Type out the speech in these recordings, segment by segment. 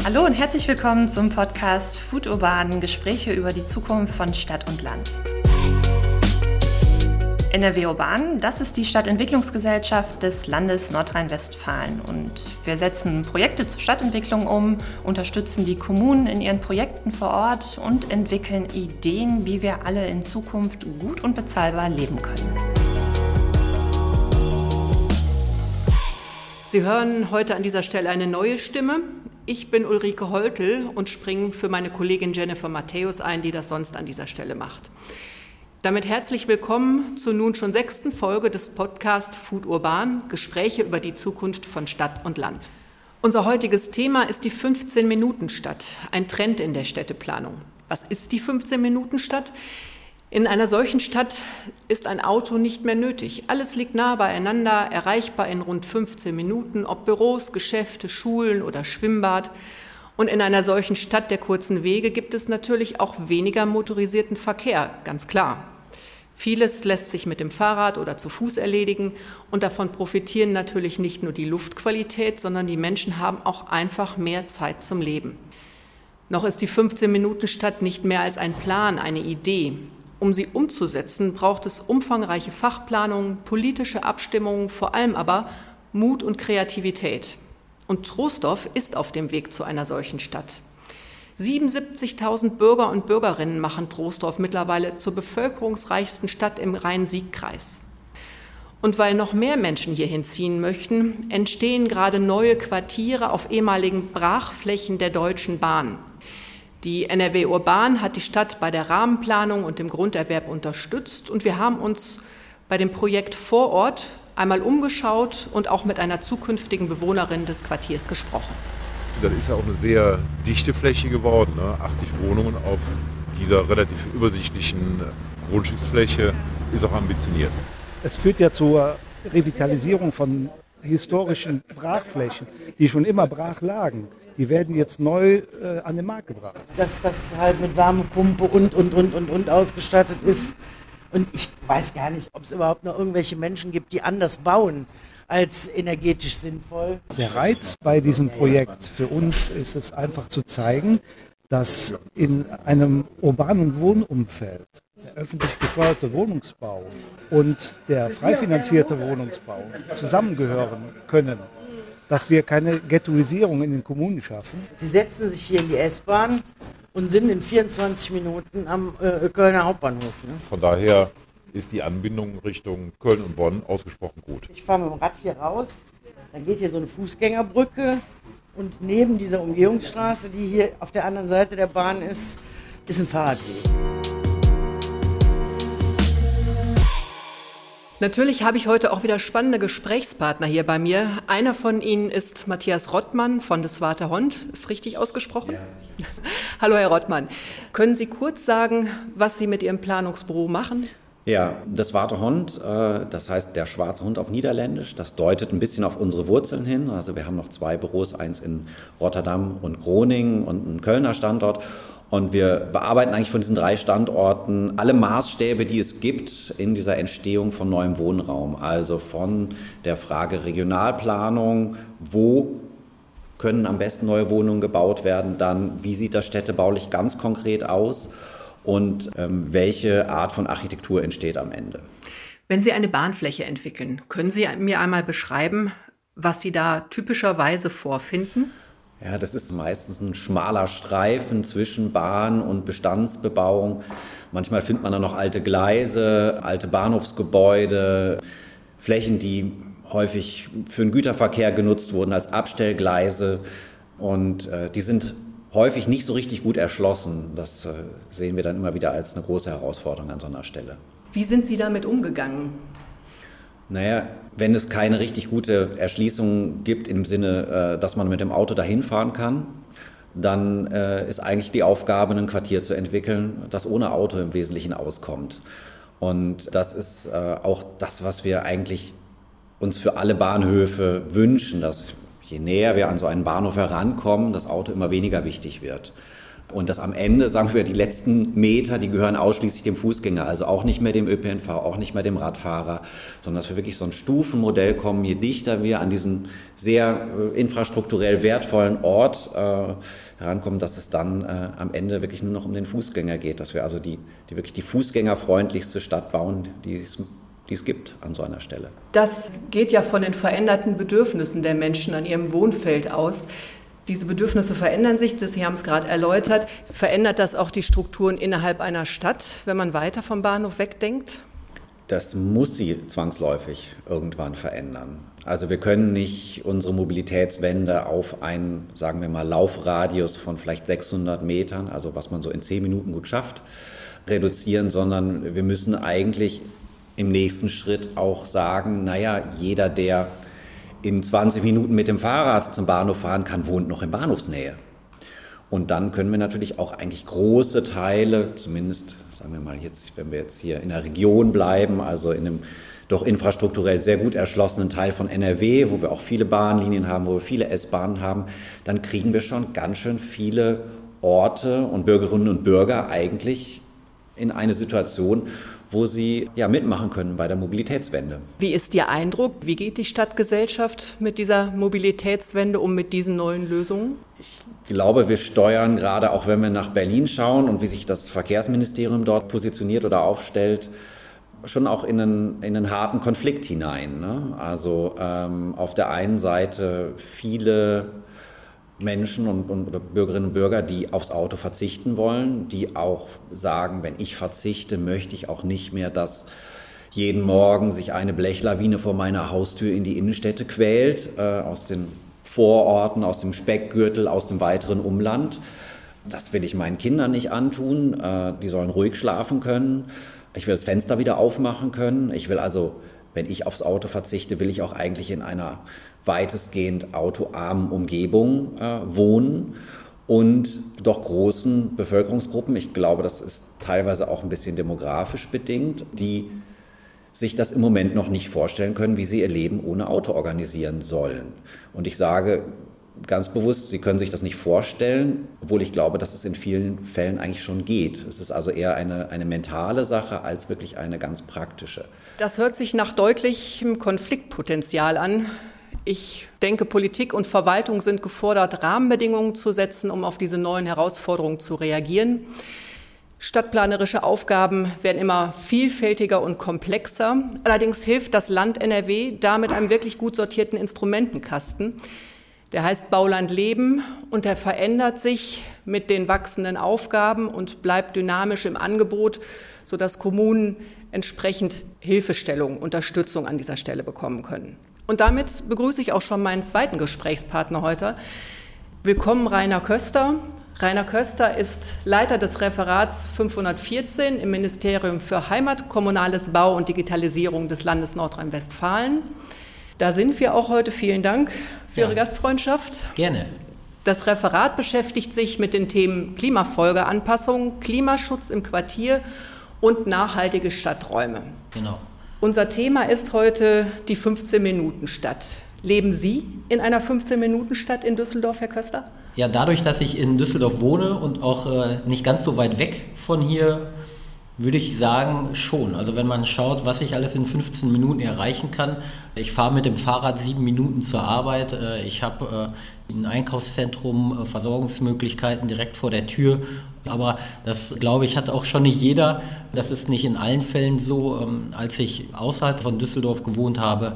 Hallo und herzlich willkommen zum Podcast Food Urban, Gespräche über die Zukunft von Stadt und Land. NRW Urban, das ist die Stadtentwicklungsgesellschaft des Landes Nordrhein-Westfalen und wir setzen Projekte zur Stadtentwicklung um, unterstützen die Kommunen in ihren Projekten vor Ort und entwickeln Ideen, wie wir alle in Zukunft gut und bezahlbar leben können. Sie hören heute an dieser Stelle eine neue Stimme. Ich bin Ulrike Holtel und springe für meine Kollegin Jennifer Matthäus ein, die das sonst an dieser Stelle macht. Damit herzlich willkommen zur nun schon 6. Folge des Podcasts Food Urban, Gespräche über die Zukunft von Stadt und Land. Unser heutiges Thema ist die 15-Minuten-Stadt, ein Trend in der Städteplanung. Was ist die 15-Minuten-Stadt? In einer solchen Stadt ist ein Auto nicht mehr nötig. Alles liegt nah beieinander, erreichbar in rund 15 Minuten, ob Büros, Geschäfte, Schulen oder Schwimmbad. Und in einer solchen Stadt der kurzen Wege gibt es natürlich auch weniger motorisierten Verkehr, ganz klar. Vieles lässt sich mit dem Fahrrad oder zu Fuß erledigen und davon profitieren natürlich nicht nur die Luftqualität, sondern die Menschen haben auch einfach mehr Zeit zum Leben. Noch ist die 15-Minuten-Stadt nicht mehr als ein Plan, eine Idee. Um sie umzusetzen, braucht es umfangreiche Fachplanungen, politische Abstimmungen, vor allem aber Mut und Kreativität. Und Troisdorf ist auf dem Weg zu einer solchen Stadt. 77.000 Bürger und Bürgerinnen machen Troisdorf mittlerweile zur bevölkerungsreichsten Stadt im Rhein-Sieg-Kreis. Und weil noch mehr Menschen hierhin ziehen möchten, entstehen gerade neue Quartiere auf ehemaligen Brachflächen der Deutschen Bahn. Die NRW Urban hat die Stadt bei der Rahmenplanung und dem Grunderwerb unterstützt und wir haben uns bei dem Projekt vor Ort einmal umgeschaut und auch mit einer zukünftigen Bewohnerin des Quartiers gesprochen. Das ist ja auch eine sehr dichte Fläche geworden, ne? 80 Wohnungen auf dieser relativ übersichtlichen Grundstücksfläche, ist auch ambitioniert. Es führt ja zur Revitalisierung von historischen Brachflächen, die schon immer brach lagen. Die werden jetzt neu an den Markt gebracht. Dass das halt mit Wärmepumpe und ausgestattet ist. Und ich weiß gar nicht, ob es überhaupt noch irgendwelche Menschen gibt, die anders bauen als energetisch sinnvoll. Der Reiz bei diesem Projekt für uns ist es einfach zu zeigen, dass in einem urbanen Wohnumfeld der öffentlich geförderte Wohnungsbau und der frei finanzierte Wohnungsbau zusammengehören können, dass wir keine Ghettoisierung in den Kommunen schaffen. Sie setzen sich hier in die S-Bahn und sind in 24 Minuten am Kölner Hauptbahnhof. Ne? Von daher ist die Anbindung Richtung Köln und Bonn ausgesprochen gut. Ich fahre mit dem Rad hier raus, dann geht hier so eine Fußgängerbrücke und neben dieser Umgehungsstraße, die hier auf der anderen Seite der Bahn ist ein Fahrradweg. Natürlich habe ich heute auch wieder spannende Gesprächspartner hier bei mir. Einer von ihnen ist Matthias Rottmann von des Zwarte Hond. Ist richtig ausgesprochen? Ja. Hallo Herr Rottmann. Können Sie kurz sagen, was Sie mit Ihrem Planungsbüro machen? Ja, das Zwarte Hond, das heißt der schwarze Hund auf Niederländisch, das deutet ein bisschen auf unsere Wurzeln hin. Also wir haben noch 2 Büros, eins in Rotterdam und Groningen und einen Kölner Standort. Und wir bearbeiten eigentlich von diesen 3 Standorten alle Maßstäbe, die es gibt in dieser Entstehung von neuem Wohnraum. Also von der Frage Regionalplanung, wo können am besten neue Wohnungen gebaut werden, dann wie sieht das städtebaulich ganz konkret aus und welche Art von Architektur entsteht am Ende. Wenn Sie eine Bahnfläche entwickeln, können Sie mir einmal beschreiben, was Sie da typischerweise vorfinden? Ja, das ist meistens ein schmaler Streifen zwischen Bahn- und Bestandsbebauung. Manchmal findet man da noch alte Gleise, alte Bahnhofsgebäude, Flächen, die häufig für den Güterverkehr genutzt wurden als Abstellgleise. Und die sind häufig nicht so richtig gut erschlossen. Das sehen wir dann immer wieder als eine große Herausforderung an so einer Stelle. Wie sind Sie damit umgegangen? Naja, wenn es keine richtig gute Erschließung gibt im Sinne, dass man mit dem Auto dahin fahren kann, dann ist eigentlich die Aufgabe, ein Quartier zu entwickeln, das ohne Auto im Wesentlichen auskommt. Und das ist auch das, was wir eigentlich uns für alle Bahnhöfe wünschen, dass je näher wir an so einen Bahnhof herankommen, das Auto immer weniger wichtig wird. Und dass am Ende, sagen wir, die letzten Meter, die gehören ausschließlich dem Fußgänger, also auch nicht mehr dem ÖPNV, auch nicht mehr dem Radfahrer, sondern dass wir wirklich so ein Stufenmodell kommen, je dichter wir an diesen sehr infrastrukturell wertvollen Ort herankommen, dass es dann am Ende wirklich nur noch um den Fußgänger geht, dass wir also die wirklich die fußgängerfreundlichste Stadt bauen, die es gibt an so einer Stelle. Das geht ja von den veränderten Bedürfnissen der Menschen an ihrem Wohnfeld aus. Diese Bedürfnisse verändern sich, Sie haben es gerade erläutert. Verändert das auch die Strukturen innerhalb einer Stadt, wenn man weiter vom Bahnhof wegdenkt? Das muss sie zwangsläufig irgendwann verändern. Also wir können nicht unsere Mobilitätswende auf einen, sagen wir mal, Laufradius von vielleicht 600 Metern, also was man so in 10 Minuten gut schafft, reduzieren, sondern wir müssen eigentlich im nächsten Schritt auch sagen, naja, jeder, der in 20 Minuten mit dem Fahrrad zum Bahnhof fahren kann, wohnt noch in Bahnhofsnähe. Und dann können wir natürlich auch eigentlich große Teile, zumindest sagen wir mal jetzt, wenn wir jetzt hier in der Region bleiben, also in einem doch infrastrukturell sehr gut erschlossenen Teil von NRW, wo wir auch viele Bahnlinien haben, wo wir viele S-Bahnen haben, dann kriegen wir schon ganz schön viele Orte und Bürgerinnen und Bürger eigentlich in eine Situation, wo sie ja mitmachen können bei der Mobilitätswende. Wie ist Ihr Eindruck? Wie geht die Stadtgesellschaft mit dieser Mobilitätswende um, mit diesen neuen Lösungen? Ich glaube, wir steuern gerade, auch wenn wir nach Berlin schauen und wie sich das Verkehrsministerium dort positioniert oder aufstellt, schon auch in einen harten Konflikt hinein, ne? Also auf der einen Seite viele Menschen und Bürgerinnen und Bürger, die aufs Auto verzichten wollen, die auch sagen, wenn ich verzichte, möchte ich auch nicht mehr, dass jeden Morgen sich eine Blechlawine vor meiner Haustür in die Innenstädte quält, aus den Vororten, aus dem Speckgürtel, aus dem weiteren Umland. Das will ich meinen Kindern nicht antun. Die sollen ruhig schlafen können. Ich will das Fenster wieder aufmachen können. Ich will also, wenn ich aufs Auto verzichte, will ich auch eigentlich in einer weitestgehend autoarmen Umgebung wohnen und doch großen Bevölkerungsgruppen, ich glaube, das ist teilweise auch ein bisschen demografisch bedingt, die sich das im Moment noch nicht vorstellen können, wie sie ihr Leben ohne Auto organisieren sollen. Und ich sage ganz bewusst, sie können sich das nicht vorstellen, obwohl ich glaube, dass es in vielen Fällen eigentlich schon geht. Es ist also eher eine mentale Sache als wirklich eine ganz praktische. Das hört sich nach deutlichem Konfliktpotenzial an. Ich denke, Politik und Verwaltung sind gefordert, Rahmenbedingungen zu setzen, um auf diese neuen Herausforderungen zu reagieren. Stadtplanerische Aufgaben werden immer vielfältiger und komplexer. Allerdings hilft das Land NRW da mit einem wirklich gut sortierten Instrumentenkasten. Der heißt Bauland Leben und der verändert sich mit den wachsenden Aufgaben und bleibt dynamisch im Angebot, sodass Kommunen entsprechend Hilfestellung, Unterstützung an dieser Stelle bekommen können. Und damit begrüße ich auch schon meinen zweiten Gesprächspartner heute. Willkommen, Rainer Köster. Rainer Köster ist Leiter des Referats 514 im Ministerium für Heimat, Kommunales Bau und Digitalisierung des Landes Nordrhein-Westfalen. Da sind wir auch heute. Vielen Dank für Ihre Gastfreundschaft. Gerne. Das Referat beschäftigt sich mit den Themen Klimafolgeanpassung, Klimaschutz im Quartier und nachhaltige Stadträume. Genau. Unser Thema ist heute die 15-Minuten-Stadt. Leben Sie in einer 15-Minuten-Stadt in Düsseldorf, Herr Köster? Ja, dadurch, dass ich in Düsseldorf wohne und auch nicht ganz so weit weg von hier, würde ich sagen, schon. Also wenn man schaut, was ich alles in 15 Minuten erreichen kann. Ich fahre mit dem Fahrrad 7 Minuten zur Arbeit. Ich habe ein Einkaufszentrum, Versorgungsmöglichkeiten direkt vor der Tür. Aber das, glaube ich, hat auch schon nicht jeder. Das ist nicht in allen Fällen so. Als ich außerhalb von Düsseldorf gewohnt habe,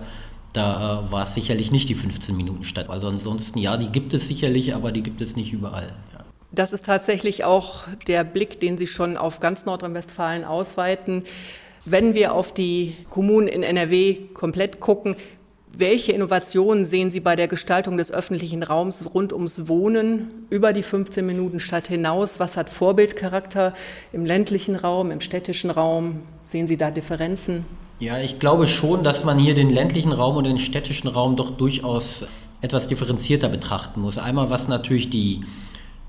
da war es sicherlich nicht die 15-Minuten-Stadt. Also ansonsten, ja, die gibt es sicherlich, aber die gibt es nicht überall. Ja. Das ist tatsächlich auch der Blick, den Sie schon auf ganz Nordrhein-Westfalen ausweiten. Wenn wir auf die Kommunen in NRW komplett gucken, welche Innovationen sehen Sie bei der Gestaltung des öffentlichen Raums rund ums Wohnen über die 15-Minuten-Stadt hinaus? Was hat Vorbildcharakter im ländlichen Raum, im städtischen Raum? Sehen Sie da Differenzen? Ja, ich glaube schon, dass man hier den ländlichen Raum und den städtischen Raum doch durchaus etwas differenzierter betrachten muss. Einmal was natürlich die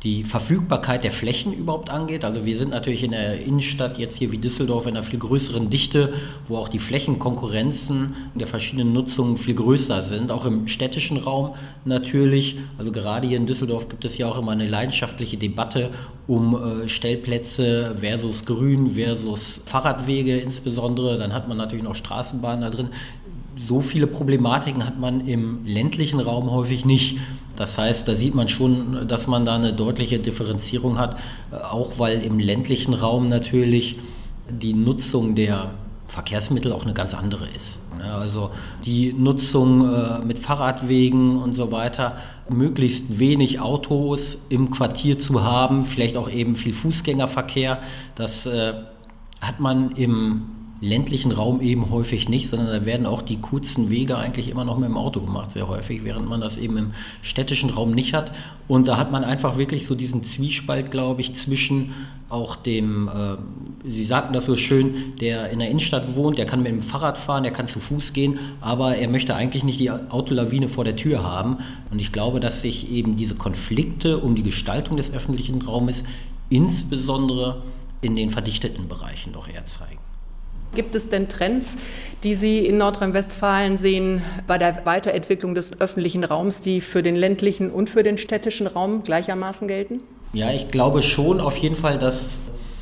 die Verfügbarkeit der Flächen überhaupt angeht. Also wir sind natürlich in der Innenstadt jetzt hier wie Düsseldorf in einer viel größeren Dichte, wo auch die Flächenkonkurrenzen der verschiedenen Nutzungen viel größer sind, auch im städtischen Raum natürlich. Also gerade hier in Düsseldorf gibt es ja auch immer eine leidenschaftliche Debatte um Stellplätze versus Grün versus Fahrradwege insbesondere. Dann hat man natürlich noch Straßenbahnen da drin. So viele Problematiken hat man im ländlichen Raum häufig nicht. Das heißt, da sieht man schon, dass man da eine deutliche Differenzierung hat, auch weil im ländlichen Raum natürlich die Nutzung der Verkehrsmittel auch eine ganz andere ist. Also die Nutzung mit Fahrradwegen und so weiter, möglichst wenig Autos im Quartier zu haben, vielleicht auch eben viel Fußgängerverkehr, das hat man im ländlichen Raum eben häufig nicht, sondern da werden auch die kurzen Wege eigentlich immer noch mit dem Auto gemacht, sehr häufig, während man das eben im städtischen Raum nicht hat. Und da hat man einfach wirklich so diesen Zwiespalt, glaube ich, zwischen auch dem, Sie sagten das so schön, der in der Innenstadt wohnt, der kann mit dem Fahrrad fahren, der kann zu Fuß gehen, aber er möchte eigentlich nicht die Autolawine vor der Tür haben. Und ich glaube, dass sich eben diese Konflikte um die Gestaltung des öffentlichen Raumes insbesondere in den verdichteten Bereichen doch eher zeigen. Gibt es denn Trends, die Sie in Nordrhein-Westfalen sehen bei der Weiterentwicklung des öffentlichen Raums, die für den ländlichen und für den städtischen Raum gleichermaßen gelten? Ja, ich glaube schon auf jeden Fall, dass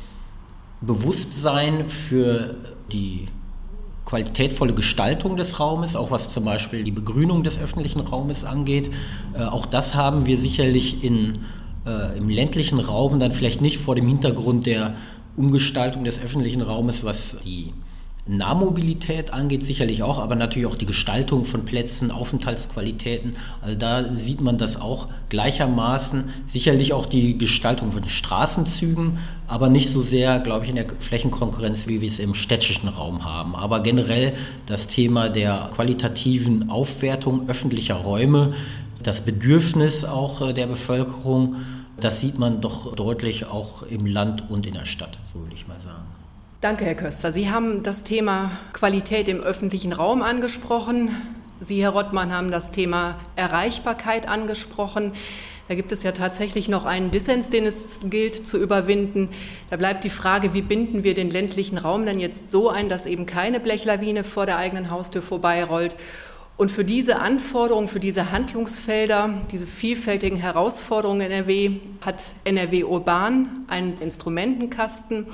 Bewusstsein für die qualitätvolle Gestaltung des Raumes, auch was zum Beispiel die Begrünung des öffentlichen Raumes angeht, auch das haben wir sicherlich im ländlichen Raum dann vielleicht nicht vor dem Hintergrund der Umgestaltung des öffentlichen Raumes, was die Nahmobilität angeht, sicherlich auch, aber natürlich auch die Gestaltung von Plätzen, Aufenthaltsqualitäten. Also da sieht man das auch gleichermaßen. Sicherlich auch die Gestaltung von Straßenzügen, aber nicht so sehr, glaube ich, in der Flächenkonkurrenz, wie wir es im städtischen Raum haben. Aber generell das Thema der qualitativen Aufwertung öffentlicher Räume, das Bedürfnis auch der Bevölkerung, das sieht man doch deutlich auch im Land und in der Stadt, so würde ich mal sagen. Danke, Herr Köster. Sie haben das Thema Qualität im öffentlichen Raum angesprochen. Sie, Herr Rottmann, haben das Thema Erreichbarkeit angesprochen. Da gibt es ja tatsächlich noch einen Dissens, den es gilt zu überwinden. Da bleibt die Frage, wie binden wir den ländlichen Raum denn jetzt so ein, dass eben keine Blechlawine vor der eigenen Haustür vorbeirollt. Und für diese Anforderungen, für diese Handlungsfelder, diese vielfältigen Herausforderungen in NRW hat NRW Urban einen Instrumentenkasten.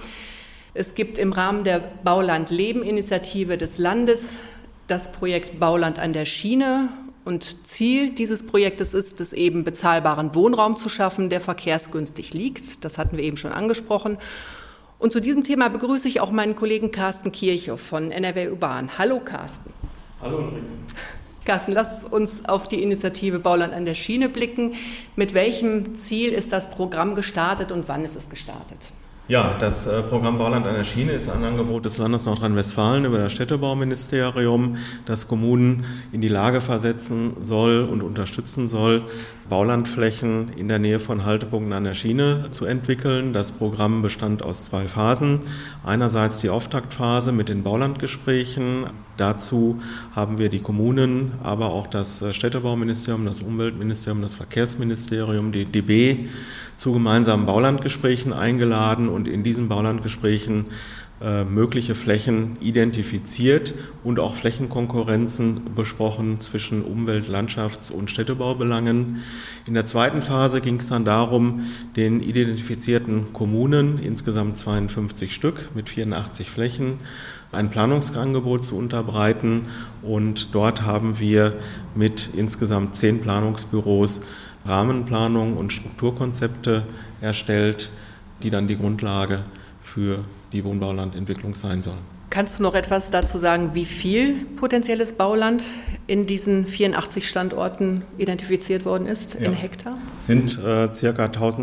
Es gibt im Rahmen der Bauland-Leben-Initiative des Landes das Projekt Bauland an der Schiene. Und Ziel dieses Projektes ist es eben, bezahlbaren Wohnraum zu schaffen, der verkehrsgünstig liegt. Das hatten wir eben schon angesprochen. Und zu diesem Thema begrüße ich auch meinen Kollegen Carsten Kirchhoff von NRW Urban. Hallo Carsten. Hallo Ulrike. Carsten, lass uns auf die Initiative Bauland an der Schiene blicken. Mit welchem Ziel ist das Programm gestartet und wann ist es gestartet? Ja, das Programm Bauland an der Schiene ist ein Angebot des Landes Nordrhein-Westfalen über das Städtebauministerium, das Kommunen in die Lage versetzen soll und unterstützen soll, Baulandflächen in der Nähe von Haltepunkten an der Schiene zu entwickeln. Das Programm bestand aus 2 Phasen. Einerseits die Auftaktphase mit den Baulandgesprächen. Dazu haben wir die Kommunen, aber auch das Städtebauministerium, das Umweltministerium, das Verkehrsministerium, die DB zu gemeinsamen Baulandgesprächen eingeladen und in diesen Baulandgesprächen mögliche Flächen identifiziert und auch Flächenkonkurrenzen besprochen zwischen Umwelt-, Landschafts- und Städtebaubelangen. In der zweiten Phase ging es dann darum, den identifizierten Kommunen, insgesamt 52 Stück mit 84 Flächen, ein Planungsangebot zu unterbreiten. Und dort haben wir mit insgesamt 10 Planungsbüros Rahmenplanungen und Strukturkonzepte erstellt, die dann die Grundlage für die Wohnbaulandentwicklung sein sollen. Kannst du noch etwas dazu sagen, wie viel potenzielles Bauland in diesen 84 Standorten identifiziert worden ist in Hektar? Es sind ca.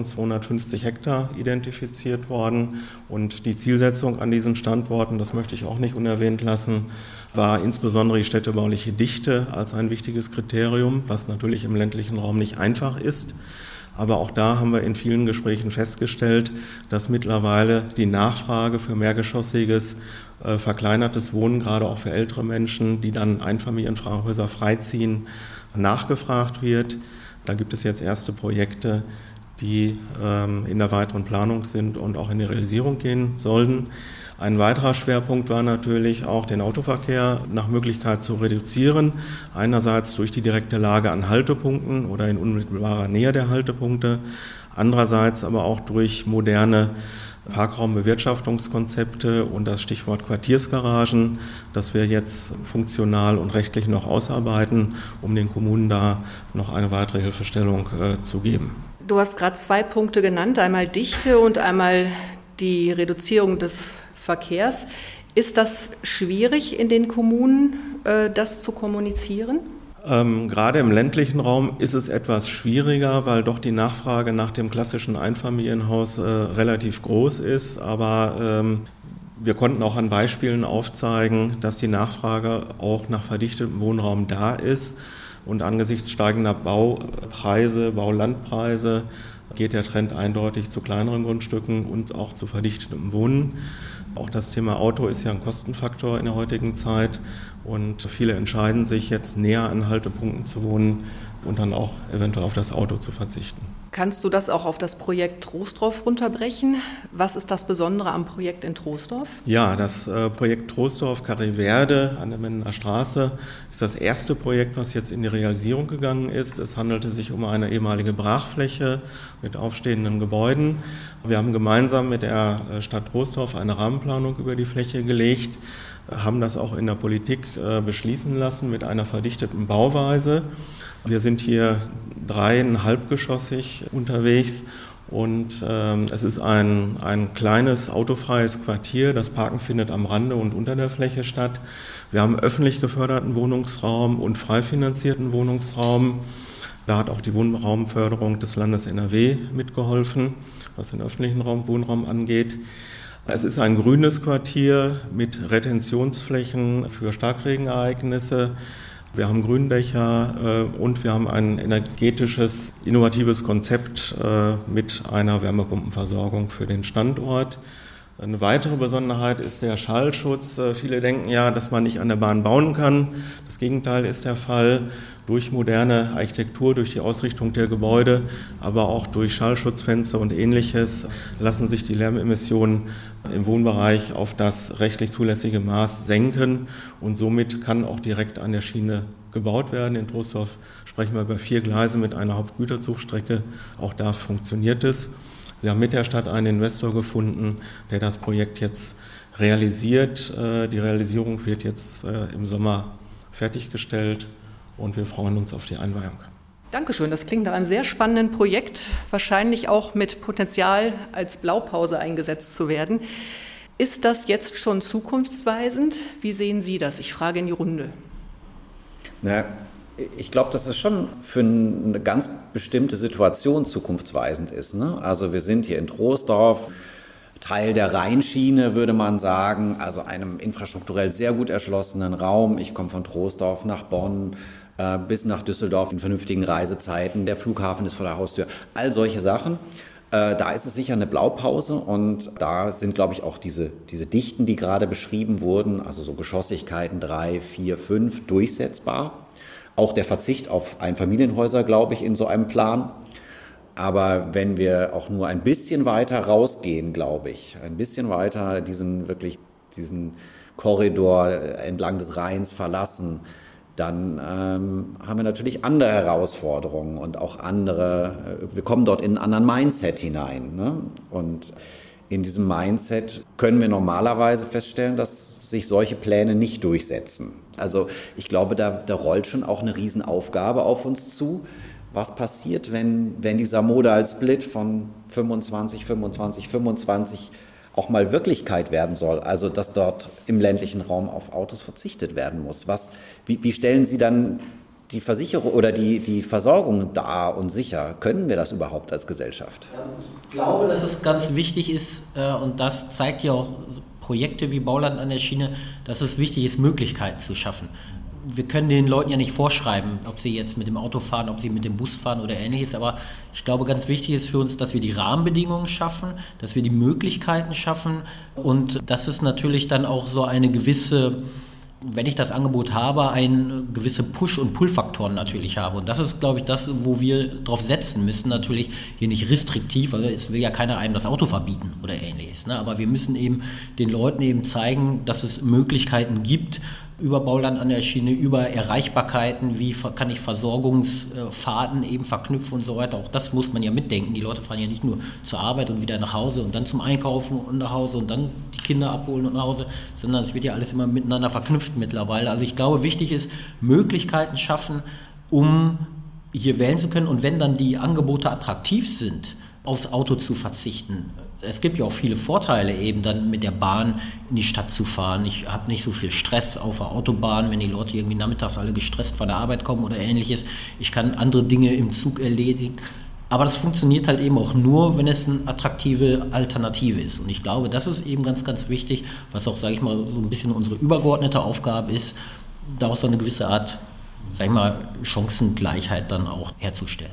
1250 Hektar identifiziert worden und die Zielsetzung an diesen Standorten, das möchte ich auch nicht unerwähnt lassen, war insbesondere die städtebauliche Dichte als ein wichtiges Kriterium, was natürlich im ländlichen Raum nicht einfach ist. Aber auch da haben wir in vielen Gesprächen festgestellt, dass mittlerweile die Nachfrage für mehrgeschossiges, verkleinertes Wohnen, gerade auch für ältere Menschen, die dann Einfamilienhäuser freiziehen, nachgefragt wird. Da gibt es jetzt erste Projekte, die in der weiteren Planung sind und auch in die Realisierung gehen sollen. Ein weiterer Schwerpunkt war natürlich auch, den Autoverkehr nach Möglichkeit zu reduzieren. Einerseits durch die direkte Lage an Haltepunkten oder in unmittelbarer Nähe der Haltepunkte, andererseits aber auch durch moderne Parkraumbewirtschaftungskonzepte und das Stichwort Quartiersgaragen, das wir jetzt funktional und rechtlich noch ausarbeiten, um den Kommunen da noch eine weitere Hilfestellung zu geben. Du hast gerade 2 Punkte genannt, einmal Dichte und einmal die Reduzierung des Verkehrs. Ist das schwierig in den Kommunen, das zu kommunizieren? Gerade im ländlichen Raum ist es etwas schwieriger, weil doch die Nachfrage nach dem klassischen Einfamilienhaus relativ groß ist. Aber wir konnten auch an Beispielen aufzeigen, dass die Nachfrage auch nach verdichtetem Wohnraum da ist. Und angesichts steigender Baupreise, Baulandpreise geht der Trend eindeutig zu kleineren Grundstücken und auch zu verdichtetem Wohnen. Auch das Thema Auto ist ja ein Kostenfaktor in der heutigen Zeit und viele entscheiden sich jetzt näher an Haltepunkten zu wohnen und dann auch eventuell auf das Auto zu verzichten. Kannst du das auch auf das Projekt Troisdorf runterbrechen? Was ist das Besondere am Projekt in Troisdorf? Ja, das Projekt Troisdorf Carré-Verde an der Mendener Straße ist das erste Projekt, was jetzt in die Realisierung gegangen ist. Es handelte sich um eine ehemalige Brachfläche mit aufstehenden Gebäuden. Wir haben gemeinsam mit der Stadt Troisdorf eine Rahmenplanung über die Fläche gelegt, haben das auch in der Politik beschließen lassen mit einer verdichteten Bauweise. Wir sind hier 3,5-geschossig unterwegs und es ist ein kleines autofreies Quartier. Das Parken findet am Rande und unter der Fläche statt. Wir haben öffentlich geförderten Wohnungsraum und frei finanzierten Wohnungsraum. Da hat auch die Wohnraumförderung des Landes NRW mitgeholfen, was den öffentlichen Wohnraum angeht. Es ist ein grünes Quartier mit Retentionsflächen für Starkregenereignisse. Wir haben Gründächer und wir haben ein energetisches, innovatives Konzept mit einer Wärmepumpenversorgung für den Standort. Eine weitere Besonderheit ist der Schallschutz. Viele denken ja, dass man nicht an der Bahn bauen kann. Das Gegenteil ist der Fall. Durch moderne Architektur, durch die Ausrichtung der Gebäude, aber auch durch Schallschutzfenster und Ähnliches lassen sich die Lärmemissionen im Wohnbereich auf das rechtlich zulässige Maß senken und somit kann auch direkt an der Schiene gebaut werden. In Troisdorf sprechen wir über 4 Gleise mit einer Hauptgüterzugstrecke. Auch da funktioniert es. Wir haben mit der Stadt einen Investor gefunden, der das Projekt jetzt realisiert. Die Realisierung wird jetzt im Sommer fertiggestellt und wir freuen uns auf die Einweihung. Dankeschön, das klingt nach einem sehr spannenden Projekt, wahrscheinlich auch mit Potenzial als Blaupause eingesetzt zu werden. Ist das jetzt schon zukunftsweisend? Wie sehen Sie das? Ich frage in die Runde. Ich glaube, dass es schon für eine ganz bestimmte Situation zukunftsweisend ist, ne? Also wir sind hier in Troisdorf, Teil der Rheinschiene, würde man sagen, also einem infrastrukturell sehr gut erschlossenen Raum. Ich komme von Troisdorf nach Bonn bis nach Düsseldorf in vernünftigen Reisezeiten. Der Flughafen ist vor der Haustür. All solche Sachen. Da ist es sicher eine Blaupause und da sind, glaube ich, auch diese Dichten, die gerade beschrieben wurden, also so Geschossigkeiten 3, 4, 5, durchsetzbar. Auch der Verzicht auf Einfamilienhäuser, glaube ich, in so einem Plan. Aber wenn wir auch nur ein bisschen weiter rausgehen, glaube ich, ein bisschen weiter diesen Korridor entlang des Rheins verlassen, dann haben wir natürlich andere Herausforderungen und auch wir kommen dort in einen anderen Mindset hinein, ne? Und in diesem Mindset können wir normalerweise feststellen, dass sich solche Pläne nicht durchsetzen. Also ich glaube, da rollt schon auch eine Riesenaufgabe auf uns zu. Was passiert, wenn dieser Modal Split von 25 auch mal Wirklichkeit werden soll, also dass dort im ländlichen Raum auf Autos verzichtet werden muss? Wie stellen Sie dann die Versicherung oder die Versorgung dar und sicher? Können wir das überhaupt als Gesellschaft? Ich glaube, dass es ganz wichtig ist, und das zeigt ja auch Projekte wie Bauland an der Schiene, dass es wichtig ist, Möglichkeiten zu schaffen. Wir können den Leuten ja nicht vorschreiben, ob sie jetzt mit dem Auto fahren, ob sie mit dem Bus fahren oder Ähnliches, aber ich glaube, ganz wichtig ist für uns, dass wir die Rahmenbedingungen schaffen, dass wir die Möglichkeiten schaffen und dass es natürlich dann auch so eine gewisse wenn ich das Angebot habe, gewisse Push- und Pull-Faktoren natürlich habe. Und das ist, glaube ich, das, wo wir drauf setzen müssen. Natürlich hier nicht restriktiv, also es will ja keiner einem das Auto verbieten oder ähnliches. Ne? Aber wir müssen eben den Leuten eben zeigen, dass es Möglichkeiten gibt, über Bauland an der Schiene, über Erreichbarkeiten, wie kann ich Versorgungsfahrten eben verknüpfen und so weiter. Auch das muss man ja mitdenken. Die Leute fahren ja nicht nur zur Arbeit und wieder nach Hause und dann zum Einkaufen und nach Hause und dann die Kinder abholen und nach Hause, sondern es wird ja alles immer miteinander verknüpft mittlerweile. Also ich glaube, wichtig ist, Möglichkeiten schaffen, um hier wählen zu können und wenn dann die Angebote attraktiv sind, aufs Auto zu verzichten. Es gibt ja auch viele Vorteile eben dann mit der Bahn in die Stadt zu fahren. Ich habe nicht so viel Stress auf der Autobahn, wenn die Leute irgendwie nachmittags alle gestresst von der Arbeit kommen oder ähnliches. Ich kann andere Dinge im Zug erledigen. Aber das funktioniert halt eben auch nur, wenn es eine attraktive Alternative ist. Und ich glaube, das ist eben ganz, ganz wichtig, was auch, sage ich mal, so ein bisschen unsere übergeordnete Aufgabe ist, da auch so eine gewisse Art, sag ich mal, Chancengleichheit dann auch herzustellen.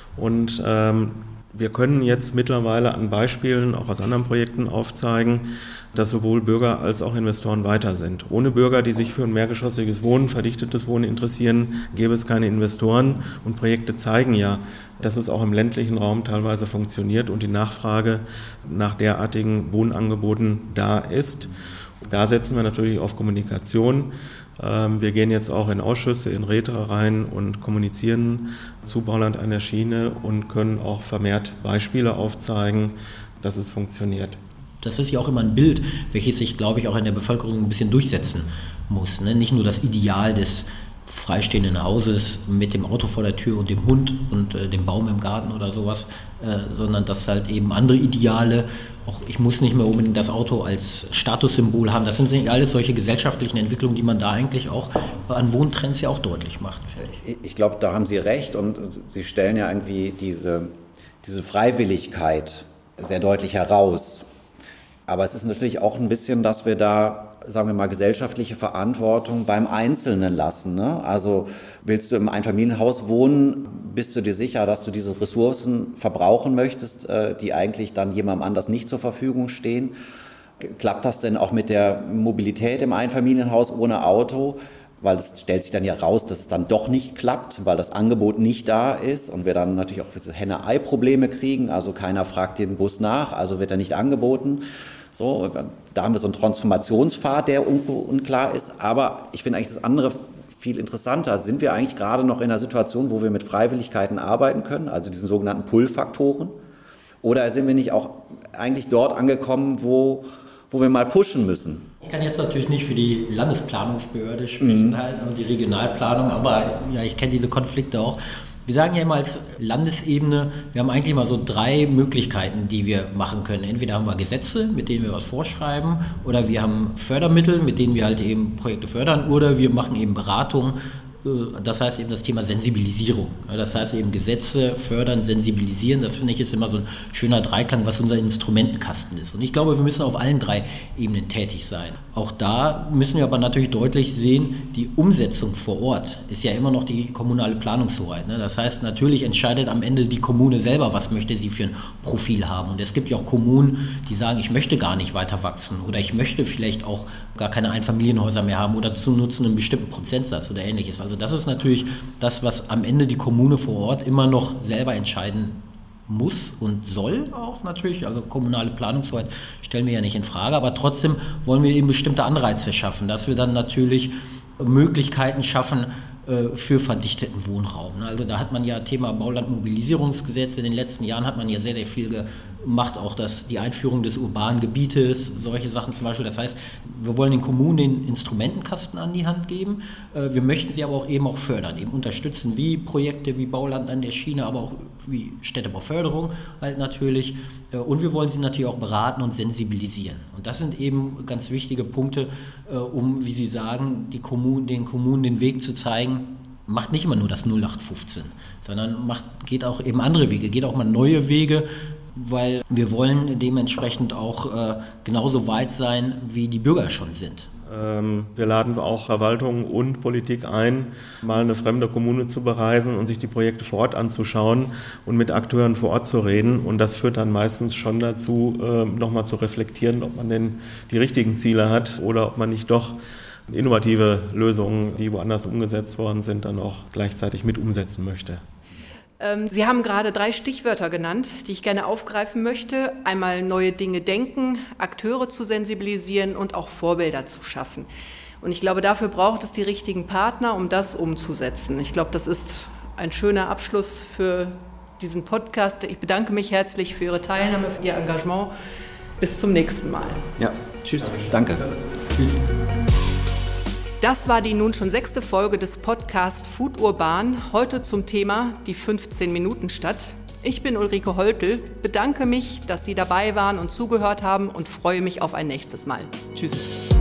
Und wir können jetzt mittlerweile an Beispielen auch aus anderen Projekten aufzeigen, dass sowohl Bürger als auch Investoren weiter sind. Ohne Bürger, die sich für ein mehrgeschossiges Wohnen, verdichtetes Wohnen interessieren, gäbe es keine Investoren. Und Projekte zeigen ja, dass es auch im ländlichen Raum teilweise funktioniert und die Nachfrage nach derartigen Wohnangeboten da ist. Da setzen wir natürlich auf Kommunikation. Wir gehen jetzt auch in Ausschüsse, in Räte rein und kommunizieren zu Bauland an der Schiene und können auch vermehrt Beispiele aufzeigen, dass es funktioniert. Das ist ja auch immer ein Bild, welches sich, glaube ich, auch in der Bevölkerung ein bisschen durchsetzen muss. Ne? Nicht nur das Ideal des freistehenden Hauses mit dem Auto vor der Tür und dem Hund und dem Baum im Garten oder sowas, sondern dass halt eben andere Ideale, auch ich muss nicht mehr unbedingt das Auto als Statussymbol haben. Das sind alles solche gesellschaftlichen Entwicklungen, die man da eigentlich auch an Wohntrends ja auch deutlich macht. Ich glaube, da haben Sie recht und Sie stellen ja irgendwie diese Freiwilligkeit sehr deutlich heraus. Aber es ist natürlich auch ein bisschen, dass wir da, sagen wir mal, gesellschaftliche Verantwortung beim Einzelnen lassen. Ne? Also willst du im Einfamilienhaus wohnen, bist du dir sicher, dass du diese Ressourcen verbrauchen möchtest, die eigentlich dann jemandem anders nicht zur Verfügung stehen? Klappt das denn auch mit der Mobilität im Einfamilienhaus ohne Auto? Weil es stellt sich dann ja raus, dass es dann doch nicht klappt, weil das Angebot nicht da ist und wir dann natürlich auch Henne-Ei-Probleme kriegen. Also keiner fragt den Bus nach, also wird er nicht angeboten. So, da haben wir so einen Transformationspfad, der unklar ist. Aber ich finde eigentlich das andere viel interessanter. Sind wir eigentlich gerade noch in einer Situation, wo wir mit Freiwilligkeiten arbeiten können, also diesen sogenannten Pull-Faktoren? Oder sind wir nicht auch eigentlich dort angekommen, wo wir mal pushen müssen? Ich kann jetzt natürlich nicht für die Landesplanungsbehörde sprechen, halt, und die Regionalplanung, aber ja, ich kenne diese Konflikte auch. Wir sagen ja immer als Landesebene, wir haben eigentlich mal so 3 Möglichkeiten, die wir machen können. Entweder haben wir Gesetze, mit denen wir was vorschreiben, oder wir haben Fördermittel, mit denen wir halt eben Projekte fördern, oder wir machen eben Beratung. Das heißt eben das Thema Sensibilisierung. Das heißt eben Gesetze fördern, sensibilisieren. Das finde ich ist immer so ein schöner Dreiklang, was unser Instrumentenkasten ist. Und ich glaube, wir müssen auf allen 3 Ebenen tätig sein. Auch da müssen wir aber natürlich deutlich sehen, die Umsetzung vor Ort ist ja immer noch die kommunale Planungshoheit. Das heißt, natürlich entscheidet am Ende die Kommune selber, was möchte sie für ein Profil haben. Und es gibt ja auch Kommunen, die sagen, ich möchte gar nicht weiter wachsen oder ich möchte vielleicht auch gar keine Einfamilienhäuser mehr haben oder zu nutzen einen bestimmten Prozentsatz oder ähnliches. Also das ist natürlich das, was am Ende die Kommune vor Ort immer noch selber entscheiden muss und soll auch natürlich. Also kommunale Planungshoheit stellen wir ja nicht in Frage, aber trotzdem wollen wir eben bestimmte Anreize schaffen, dass wir dann natürlich Möglichkeiten schaffen für verdichteten Wohnraum. Also da hat man ja Thema Baulandmobilisierungsgesetz, in den letzten Jahren hat man ja sehr, sehr viel gemacht, auch die Einführung des urbanen Gebietes, solche Sachen zum Beispiel. Das heißt, wir wollen den Kommunen den Instrumentenkasten an die Hand geben, wir möchten sie aber auch eben auch fördern, eben unterstützen, wie Projekte wie Bauland an der Schiene, aber auch wie Städtebauförderung halt natürlich, und wir wollen sie natürlich auch beraten und sensibilisieren. Und das sind eben ganz wichtige Punkte, um, wie Sie sagen, den Kommunen den Weg zu zeigen, macht nicht immer nur das 0815, sondern geht auch eben andere Wege, geht auch mal neue Wege, weil wir wollen dementsprechend auch genauso weit sein, wie die Bürger schon sind. Wir laden auch Verwaltung und Politik ein, mal eine fremde Kommune zu bereisen und sich die Projekte vor Ort anzuschauen und mit Akteuren vor Ort zu reden. Und das führt dann meistens schon dazu, nochmal zu reflektieren, ob man denn die richtigen Ziele hat oder ob man nicht doch innovative Lösungen, die woanders umgesetzt worden sind, dann auch gleichzeitig mit umsetzen möchte. Sie haben gerade 3 Stichwörter genannt, die ich gerne aufgreifen möchte. Einmal neue Dinge denken, Akteure zu sensibilisieren und auch Vorbilder zu schaffen. Und ich glaube, dafür braucht es die richtigen Partner, um das umzusetzen. Ich glaube, das ist ein schöner Abschluss für diesen Podcast. Ich bedanke mich herzlich für Ihre Teilnahme, für Ihr Engagement. Bis zum nächsten Mal. Ja, tschüss. Danke. Tschüss. Das war die nun schon 6. Folge des Podcasts Food Urban, heute zum Thema die 15-Minuten-Stadt. Ich bin Ulrike Holtl, bedanke mich, dass Sie dabei waren und zugehört haben und freue mich auf ein nächstes Mal. Tschüss.